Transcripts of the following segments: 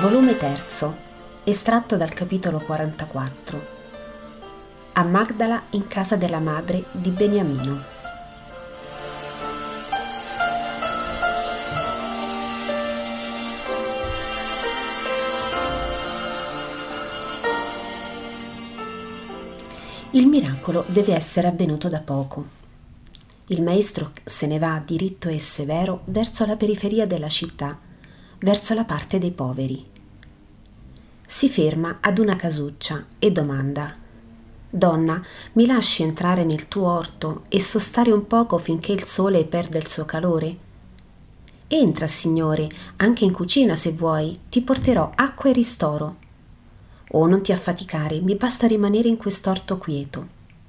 Volume 3, estratto dal capitolo 44. A Magdala in casa della madre di Beniamino. Il miracolo deve essere avvenuto da poco. Il maestro se ne va diritto e severo verso la periferia della città, verso la parte dei poveri. Si ferma ad una casuccia e domanda: «Donna, mi lasci entrare nel tuo orto e sostare un poco finché il sole perde il suo calore?» «Entra, signore, anche in cucina se vuoi, ti porterò acqua e ristoro». «Oh, non ti affaticare, mi basta rimanere in quest'orto quieto».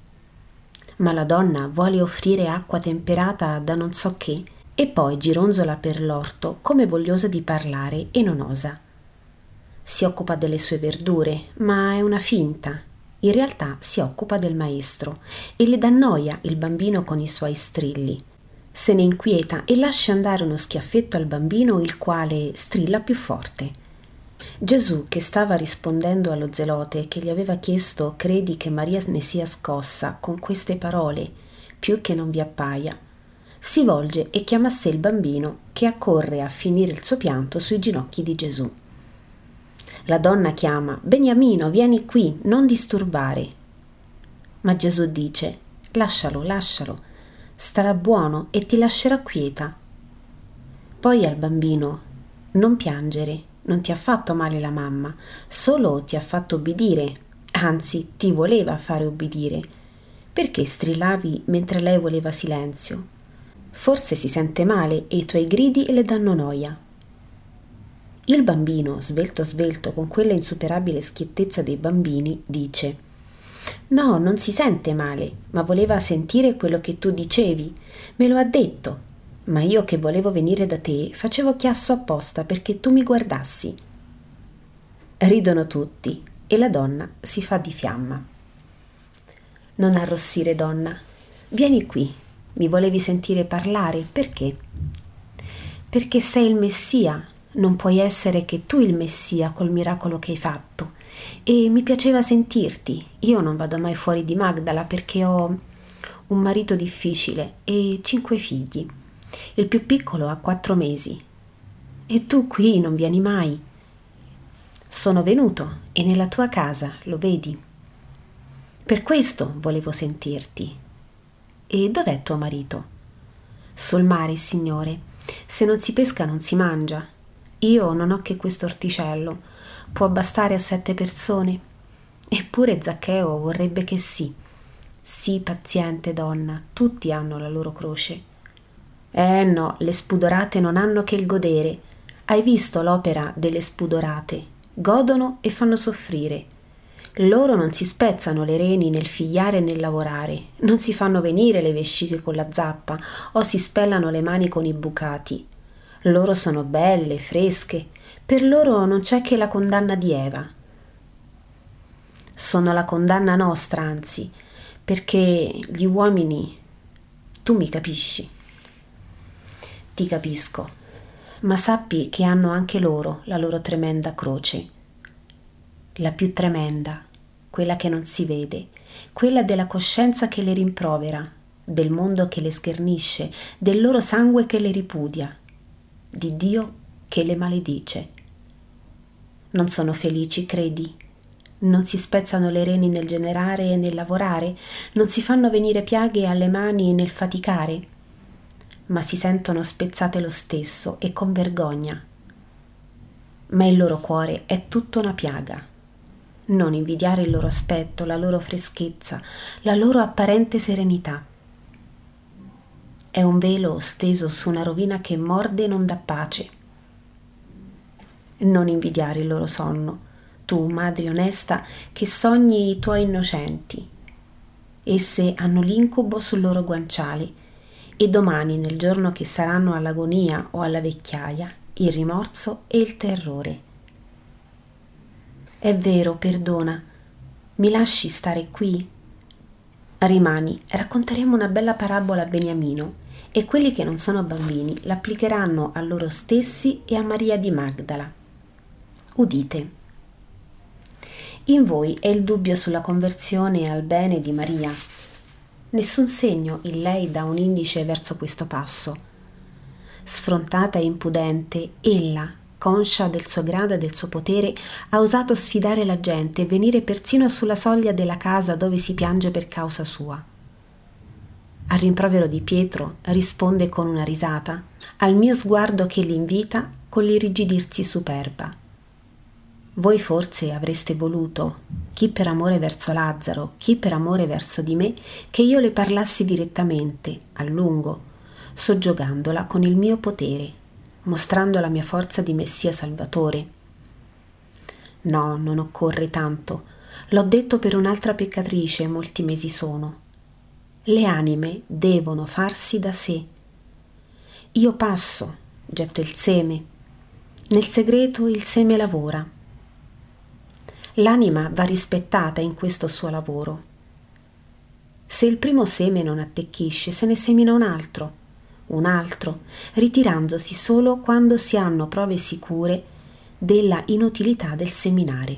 Ma la donna vuole offrire acqua temperata da non so che e poi gironzola per l'orto come vogliosa di parlare e non osa. Si occupa delle sue verdure, ma è una finta. In realtà si occupa del maestro e le dà noia il bambino con i suoi strilli. Se ne inquieta e lascia andare uno schiaffetto al bambino, il quale strilla più forte. Gesù, che stava rispondendo allo zelote che gli aveva chiesto «Credi che Maria ne sia scossa» con queste parole «più che non vi appaia», si volge e chiama a sé il bambino, che accorre a finire il suo pianto sui ginocchi di Gesù. La donna chiama «Beniamino, vieni qui, non disturbare». Ma Gesù dice «Lascialo, lascialo, starà buono e ti lascerà quieta». Poi al bambino «Non piangere, non ti ha fatto male la mamma, solo ti ha fatto obbedire, anzi ti voleva fare obbedire. Perché strillavi mentre lei voleva silenzio? Forse si sente male e i tuoi gridi le danno noia». Il bambino, svelto svelto, con quella insuperabile schiettezza dei bambini, dice «No, non si sente male, ma voleva sentire quello che tu dicevi. Me lo ha detto. Ma io che volevo venire da te facevo chiasso apposta perché tu mi guardassi». Ridono tutti e la donna si fa di fiamma. «Non arrossire, donna. Vieni qui. Mi volevi sentire parlare? Perché?» «Perché sei il Messia. Non puoi essere che tu il Messia col miracolo che hai fatto. E mi piaceva sentirti. Io non vado mai fuori di Magdala perché ho un marito difficile e 5 figli. Il più piccolo ha 4 mesi. E tu qui non vieni mai. Sono venuto e nella tua casa, lo vedi. Per questo volevo sentirti. E dov'è tuo marito?» «Sul mare, signore. Se non si pesca non si mangia. Io non ho che questo orticello. Può bastare a 7 persone. Eppure Zaccheo vorrebbe che sì. Sii paziente, donna, tutti hanno la loro croce». No, le spudorate non hanno che il godere. Hai visto l'opera delle spudorate? Godono e fanno soffrire. Loro non si spezzano le reni nel figliare e nel lavorare, non si fanno venire le vesciche con la zappa o si spellano le mani con i bucati. Loro sono belle, fresche, per loro non c'è che la condanna di Eva. Sono la condanna nostra, anzi, perché gli uomini... Tu mi capisci? Ti capisco, ma sappi che hanno anche loro la loro tremenda croce. La più tremenda, quella che non si vede, quella della coscienza che le rimprovera, del mondo che le schernisce, del loro sangue che le ripudia, di Dio che le maledice. Non sono felici, credi? Non si spezzano le reni nel generare e nel lavorare, non si fanno venire piaghe alle mani nel faticare, ma si sentono spezzate lo stesso e con vergogna. Ma il loro cuore è tutta una piaga. Non invidiare il loro aspetto, la loro freschezza, la loro apparente serenità. È un velo steso su una rovina che morde e non dà pace. Non invidiare il loro sonno, tu, madre onesta, che sogni i tuoi innocenti. Esse hanno l'incubo sul loro guanciale e domani, nel giorno che saranno all'agonia o alla vecchiaia, il rimorso e il terrore. È vero, perdona. Mi lasci stare qui? Rimani, racconteremo una bella parabola a Beniamino e quelli che non sono bambini l'applicheranno a loro stessi e a Maria di Magdala. Udite. In voi è il dubbio sulla conversione al bene di Maria. Nessun segno in lei dà un indice verso questo passo. Sfrontata e impudente, ella, conscia del suo grado e del suo potere, ha osato sfidare la gente e venire persino sulla soglia della casa dove si piange per causa sua. Al rimprovero di Pietro risponde con una risata, al mio sguardo che l'invita con l'irrigidirsi superba. Voi forse avreste voluto, chi per amore verso Lazzaro, chi per amore verso di me, che io le parlassi direttamente, a lungo, soggiogandola con il mio potere, mostrando la mia forza di Messia Salvatore. No, non occorre tanto. L'ho detto per un'altra peccatrice molti mesi sono. Le anime devono farsi da sé. Io passo, getto il seme. Nel segreto il seme lavora. L'anima va rispettata in questo suo lavoro. Se il primo seme non attecchisce, se ne semina un altro, ritirandosi solo quando si hanno prove sicure della inutilità del seminare.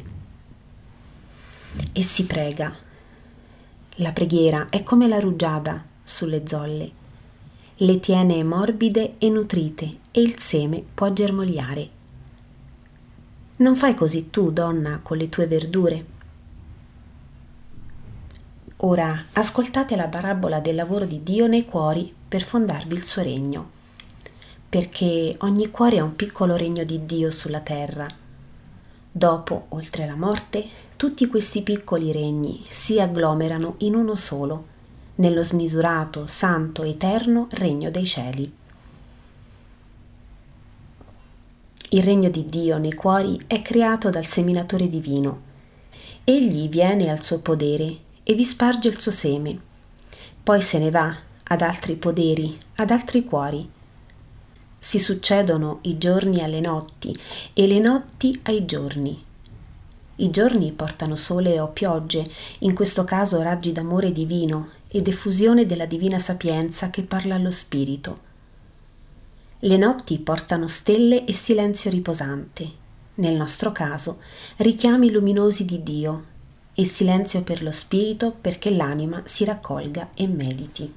E si prega. La preghiera è come la rugiada sulle zolle. Le tiene morbide e nutrite e il seme può germogliare. Non fai così tu, donna, con le tue verdure? Ora ascoltate la parabola del lavoro di Dio nei cuori per fondarvi il suo regno, perché ogni cuore è un piccolo regno di Dio sulla terra. Dopo, oltre la morte, tutti questi piccoli regni si agglomerano in uno solo, nello smisurato, santo, eterno regno dei cieli. Il regno di Dio nei cuori è creato dal seminatore divino. Egli viene al suo podere e vi sparge il suo seme. Poi se ne va ad altri poderi, ad altri cuori. Si succedono i giorni alle notti e le notti ai giorni. I giorni portano sole o piogge, in questo caso raggi d'amore divino ed effusione della divina sapienza che parla allo spirito. Le notti portano stelle e silenzio riposante, nel nostro caso richiami luminosi di Dio e silenzio per lo spirito perché l'anima si raccolga e mediti.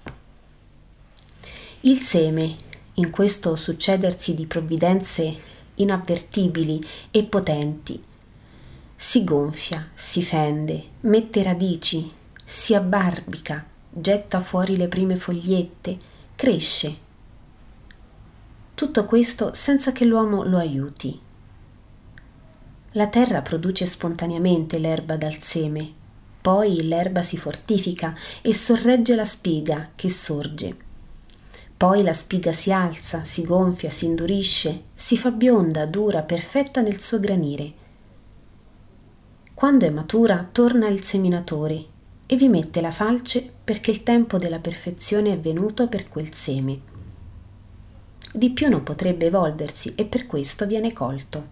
Il seme, in questo succedersi di provvidenze inavvertibili e potenti, si gonfia, si fende, mette radici, si abbarbica, getta fuori le prime fogliette, cresce. Tutto questo senza che l'uomo lo aiuti. La terra produce spontaneamente l'erba dal seme, poi l'erba si fortifica e sorregge la spiga che sorge. Poi la spiga si alza, si gonfia, si indurisce, si fa bionda, dura, perfetta nel suo granire. Quando è matura torna il seminatore e vi mette la falce perché il tempo della perfezione è venuto per quel seme. Di più non potrebbe evolversi e per questo viene colto.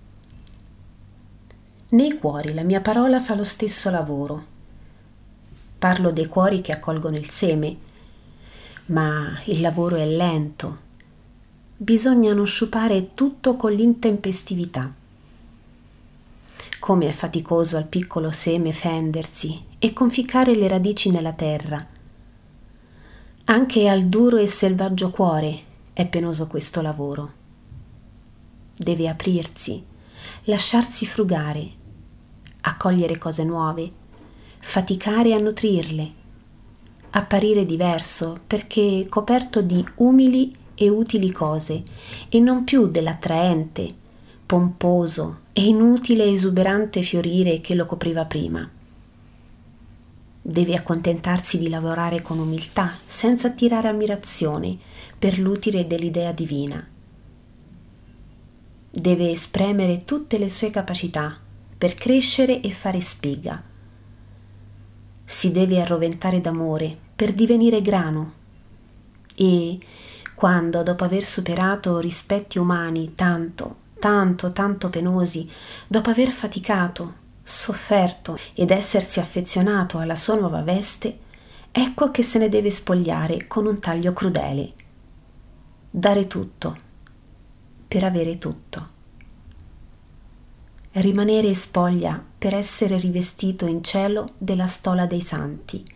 Nei cuori la mia parola fa lo stesso lavoro. Parlo dei cuori che accolgono il seme, ma il lavoro è lento. Bisogna non sciupare tutto con l'intempestività. Come è faticoso al piccolo seme fendersi e conficcare le radici nella terra. Anche al duro e selvaggio cuore è penoso questo lavoro. Deve aprirsi, lasciarsi frugare, accogliere cose nuove, faticare a nutrirle, apparire diverso perché coperto di umili e utili cose e non più dell'attraente, pomposo e inutile esuberante fiorire che lo copriva prima. Deve accontentarsi di lavorare con umiltà, senza attirare ammirazione per l'utile dell'idea divina. Deve espremere tutte le sue capacità per crescere e fare spiga. Si deve arroventare d'amore per divenire grano e, quando dopo aver superato rispetti umani tanto penosi, dopo aver faticato, sofferto ed essersi affezionato alla sua nuova veste, ecco che se ne deve spogliare con un taglio crudele. Dare tutto per avere tutto. rimanere spoglia per essere rivestito in cielo della stola dei santi.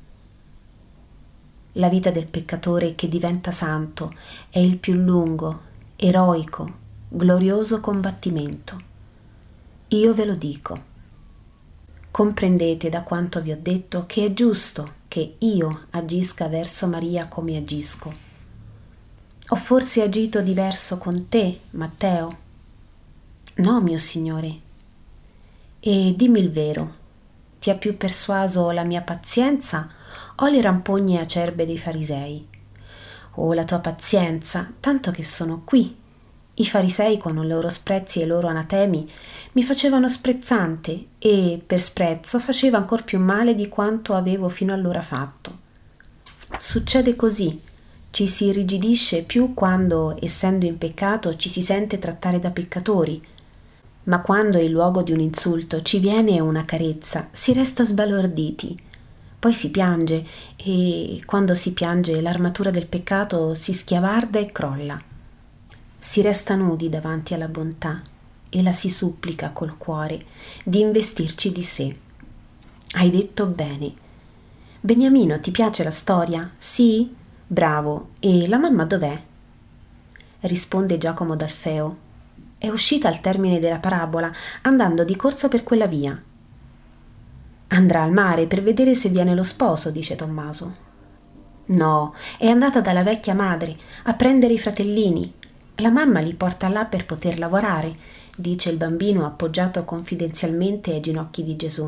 La vita del peccatore che diventa santo è il più lungo, eroico, glorioso combattimento. Io ve lo dico. Comprendete da quanto vi ho detto che è giusto che io agisca verso Maria come agisco. Ho forse agito diverso con te, Matteo? No, mio Signore. E dimmi il vero, ti ha più persuaso la mia pazienza o le rampogne acerbe dei farisei? Oh, la tua pazienza, tanto che sono qui. I farisei con i loro sprezzi e i loro anatemi mi facevano sprezzante e, per sprezzo, faceva ancor più male di quanto avevo fino allora fatto. Succede così, ci si irrigidisce più quando, essendo in peccato, ci si sente trattare da peccatori, ma quando in luogo di un insulto ci viene una carezza, si resta sbalorditi. Poi si piange e, quando si piange, l'armatura del peccato si schiavarda e crolla. Si resta nudi davanti alla bontà e la si supplica col cuore di investirci di sé. Hai detto bene. Beniamino, ti piace la storia? Sì? Bravo. E la mamma dov'è? Risponde Giacomo d'Alfeo. È uscita al termine della parabola, andando di corsa per quella via. Andrà al mare per vedere se viene lo sposo, dice Tommaso. No, è andata dalla vecchia madre a prendere i fratellini. La mamma li porta là per poter lavorare, dice il bambino appoggiato confidenzialmente ai ginocchi di Gesù.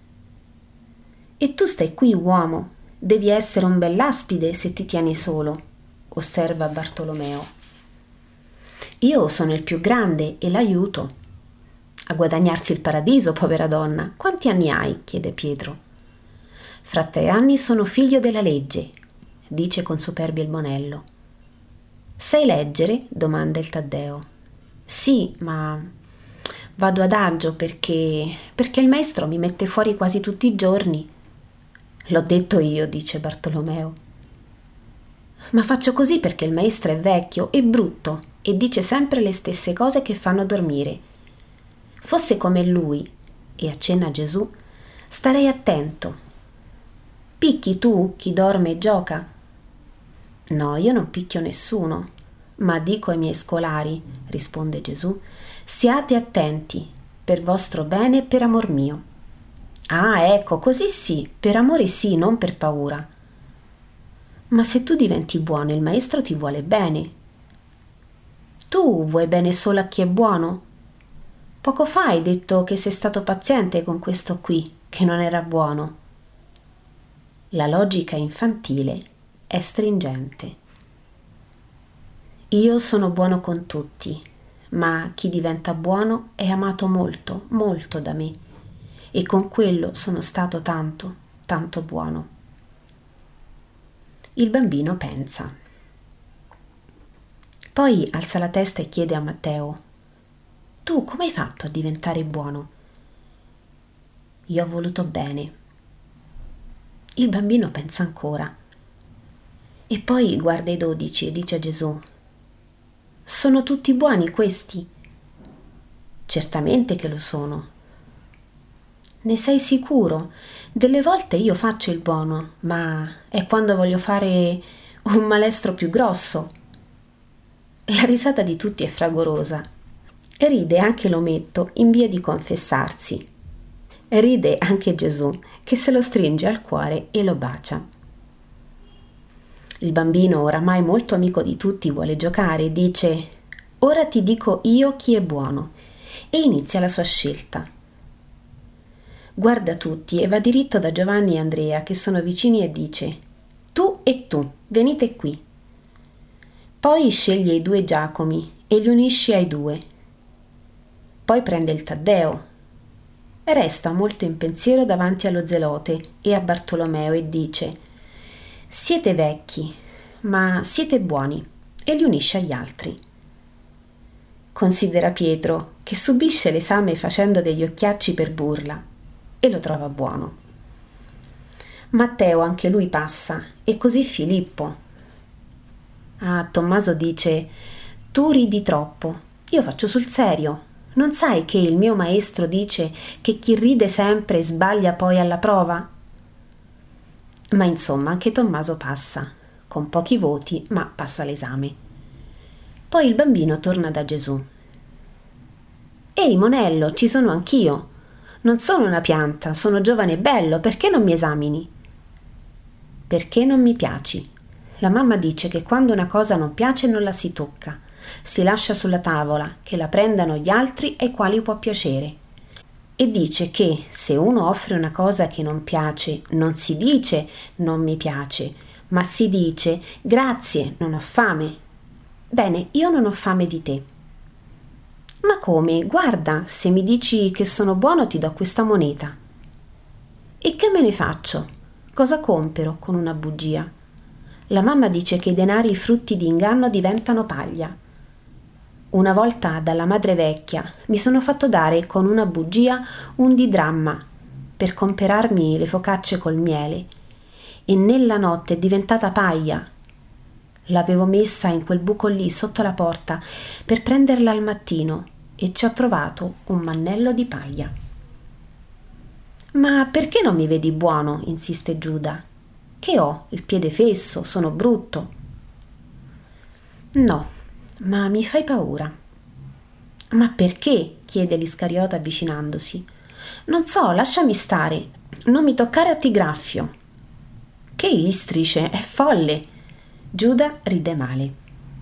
E tu stai qui, uomo, devi essere un bell'aspide se ti tieni solo, osserva Bartolomeo. Io sono il più grande e l'aiuto. A guadagnarsi il paradiso, povera donna. Quanti anni hai? Chiede Pietro. Fra 3 anni sono figlio della legge, dice con superbia il monello. Sai leggere? Domanda il Taddeo. Sì, ma vado adagio perché il maestro mi mette fuori quasi tutti i giorni. L'ho detto io, dice Bartolomeo. Ma faccio così perché il maestro è vecchio e brutto e dice sempre le stesse cose che fanno dormire. Fosse come lui, e accenna a Gesù, starei attento. Picchi tu chi dorme e gioca? No, io non picchio nessuno, ma dico ai miei scolari, risponde Gesù, siate attenti, per vostro bene e per amor mio. Ah, ecco, così sì, per amore sì, non per paura. Ma se tu diventi buono, il maestro ti vuole bene. Tu vuoi bene solo a chi è buono? Poco fa hai detto che sei stato paziente con questo qui, che non era buono. La logica infantile è stringente. Io sono buono con tutti, ma chi diventa buono è amato molto, molto da me, e con quello sono stato tanto, tanto buono. Il bambino pensa. Poi alza la testa e chiede a Matteo: tu come hai fatto a diventare buono? Io ho voluto bene. Il bambino pensa ancora. E poi guarda i 12 e dice a Gesù: sono tutti buoni questi? Certamente che lo sono. Ne sei sicuro? Delle volte io faccio il buono, ma è quando voglio fare un malestro più grosso. La risata di tutti è fragorosa. Ride anche l'ometto in via di confessarsi. Ride anche Gesù, che se lo stringe al cuore e lo bacia. Il bambino, oramai molto amico di tutti, vuole giocare e dice: ora ti dico io chi è buono, e inizia la sua scelta. Guarda tutti e va diritto da Giovanni e Andrea, che sono vicini, e dice: tu e tu, venite qui. Poi sceglie i 2 Giacomi e li unisce ai 2. Poi prende il Taddeo. Resta molto in pensiero davanti allo Zelote e a Bartolomeo e dice: siete vecchi, ma siete buoni, e li unisce agli altri. Considera Pietro, che subisce l'esame facendo degli occhiacci per burla, e lo trova buono. Matteo anche lui passa, e così Filippo. Ah, Tommaso dice: tu ridi troppo, io faccio sul serio. Non sai che il mio maestro dice che chi ride sempre sbaglia poi alla prova? Ma insomma, anche Tommaso passa, con pochi voti, ma passa l'esame. Poi il bambino torna da Gesù. Ehi, Monello, ci sono anch'io. Non sono una pianta, sono giovane e bello, perché non mi esamini? Perché non mi piaci. La mamma dice che quando una cosa non piace non la si tocca, si lascia sulla tavola, che la prendano gli altri ai quali può piacere. E dice che se uno offre una cosa che non piace, non si dice non mi piace, ma si dice grazie, non ho fame. Bene, io non ho fame di te. Ma come? Guarda, se mi dici che sono buono ti do questa moneta. E che me ne faccio? Cosa compero con una bugia? La mamma dice che i denari frutti di inganno diventano paglia. Una volta dalla madre vecchia mi sono fatto dare con una bugia un didramma per comperarmi le focacce col miele e nella notte è diventata paglia. L'avevo messa in quel buco lì sotto la porta per prenderla al mattino e ci ho trovato un mannello di paglia. Ma perché non mi vedi buono? Insiste Giuda. Che ho il piede fesso, sono brutto. No, ma mi fai paura. Ma perché? Chiede l'Iscariota avvicinandosi. Non so, lasciami stare. Non mi toccare a ti graffio. Che istrice, è folle. Giuda ride male.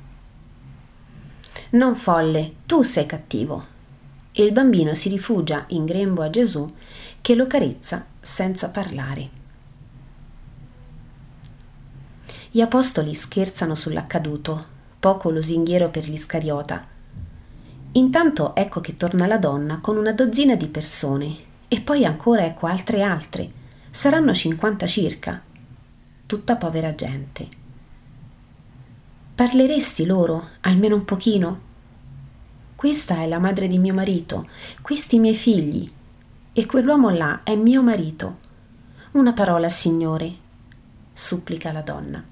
Non folle, tu sei cattivo. E il bambino si rifugia in grembo a Gesù che lo carezza senza parlare. Gli apostoli scherzano sull'accaduto, poco lusinghiero per l'Iscariota. Intanto ecco che torna la donna con una dozzina di persone e poi ancora ecco altre. Saranno 50 circa. Tutta povera gente. Parleresti loro, almeno un pochino? Questa è la madre di mio marito, questi i miei figli, e quell'uomo là è mio marito. Una parola, Signore, supplica la donna.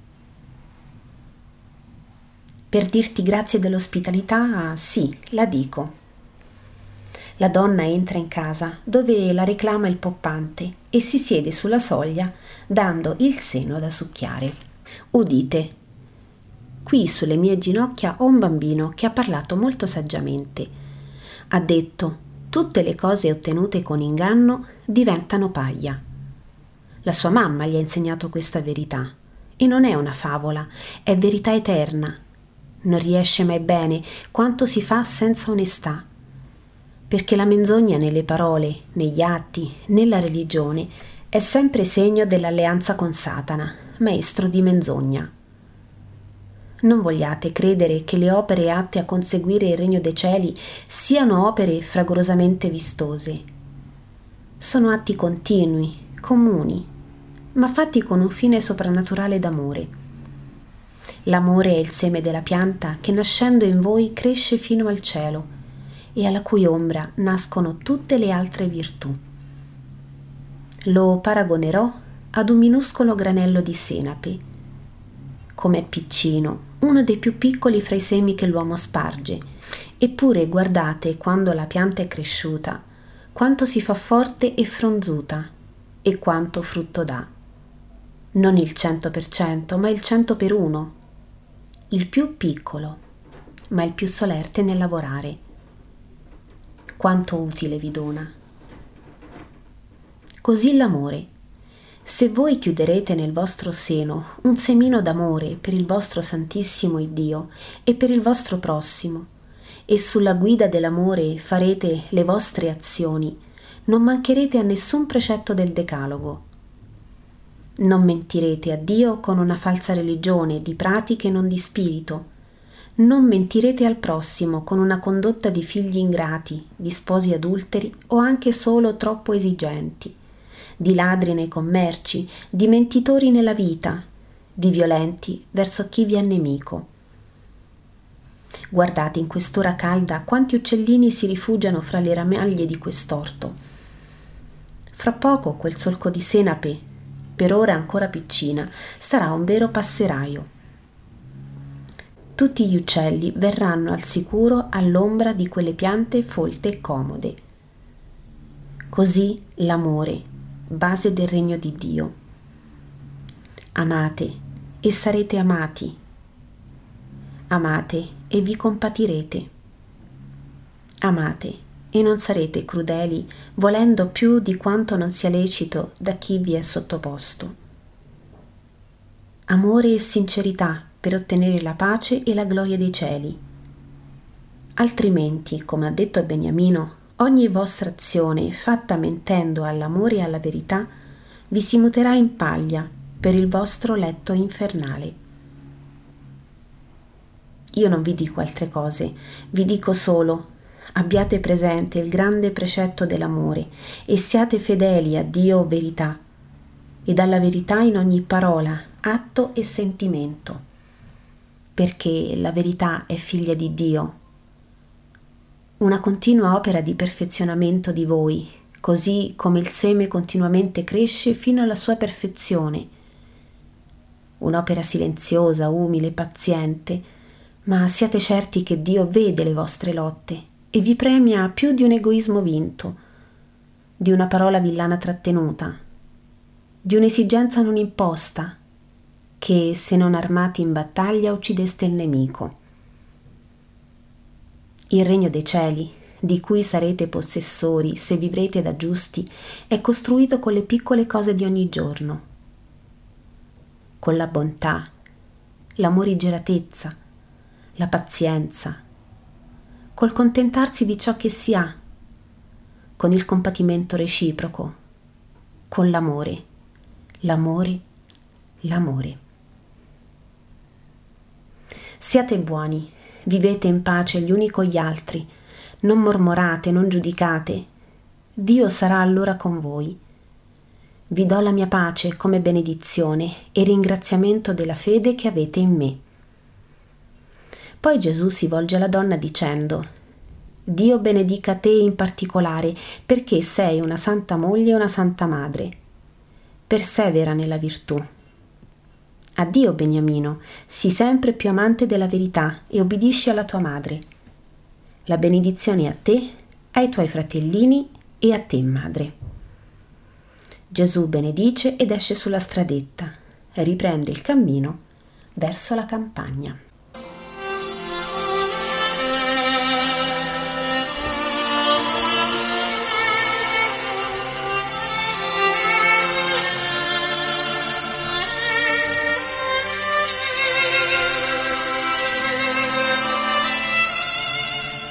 Per dirti grazie dell'ospitalità, sì, la dico. La donna entra in casa, dove la reclama il poppante, e si siede sulla soglia, dando il seno da succhiare. Udite. Qui sulle mie ginocchia ho un bambino che ha parlato molto saggiamente. Ha detto: tutte le cose ottenute con inganno diventano paglia. La sua mamma gli ha insegnato questa verità. E non è una favola, è verità eterna. Non riesce mai bene quanto si fa senza onestà. Perché la menzogna nelle parole, negli atti, nella religione è sempre segno dell'alleanza con Satana, maestro di menzogna. Non vogliate credere che le opere atte a conseguire il regno dei cieli siano opere fragorosamente vistose. Sono atti continui, comuni, ma fatti con un fine soprannaturale d'amore. L'amore è il seme della pianta che nascendo in voi cresce fino al cielo e alla cui ombra nascono tutte le altre virtù. Lo paragonerò ad un minuscolo granello di senape. Com'è piccino, uno dei più piccoli fra i semi che l'uomo sparge. Eppure guardate quando la pianta è cresciuta, quanto si fa forte e fronzuta e quanto frutto dà. Non il 100%, ma il 100 per 1. Il più piccolo, ma il più solerte nel lavorare. Quanto utile vi dona. Così l'amore. Se voi chiuderete nel vostro seno un semino d'amore per il vostro Santissimo Iddio e per il vostro prossimo, e sulla guida dell'amore farete le vostre azioni, non mancherete a nessun precetto del Decalogo. Non mentirete a Dio con una falsa religione di pratiche non di spirito. Non mentirete al prossimo con una condotta di figli ingrati, di sposi adulteri o anche solo troppo esigenti, di ladri nei commerci, di mentitori nella vita, di violenti verso chi vi è nemico. Guardate in quest'ora calda quanti uccellini si rifugiano fra le ramaglie di quest'orto. Fra poco quel solco di senape, per ora ancora piccina, sarà un vero passeraio. tutti gli uccelli verranno al sicuro all'ombra di quelle piante folte e comode. Così l'amore, base del regno di Dio. Amate e sarete amati. Amate e vi compatirete. Amate e non sarete crudeli, volendo più di quanto non sia lecito da chi vi è sottoposto. Amore e sincerità per ottenere la pace e la gloria dei cieli. Altrimenti, come ha detto Beniamino, ogni vostra azione fatta mentendo all'amore e alla verità vi si muterà in paglia per il vostro letto infernale. Io non vi dico altre cose, vi dico solo: abbiate presente il grande precetto dell'amore e siate fedeli a Dio verità, e dalla verità in ogni parola, atto e sentimento, perché la verità è figlia di Dio. Una continua opera di perfezionamento di voi, così come il seme continuamente cresce fino alla sua perfezione. Un'opera silenziosa, umile, paziente, ma siate certi che Dio vede le vostre lotte e vi premia più di un egoismo vinto, di una parola villana trattenuta, di un'esigenza non imposta, che se non armati in battaglia uccideste il nemico. Il regno dei cieli, di cui sarete possessori se vivrete da giusti, è costruito con le piccole cose di ogni giorno, con la bontà, la morigeratezza, la pazienza, col contentarsi di ciò che si ha, con il compatimento reciproco, con l'amore, l'amore, l'amore. Siate buoni, vivete in pace gli uni con gli altri, non mormorate, non giudicate. Dio sarà allora con voi. Vi do la mia pace come benedizione e ringraziamento della fede che avete in me. Poi Gesù si volge alla donna dicendo: Dio benedica te in particolare, perché sei una santa moglie e una santa madre. Persevera nella virtù. Addio Beniamino, sii sempre più amante della verità e obbedisci alla tua madre. La benedizione a te, ai tuoi fratellini e a te, madre. Gesù benedice ed esce sulla stradetta, riprende il cammino verso la campagna.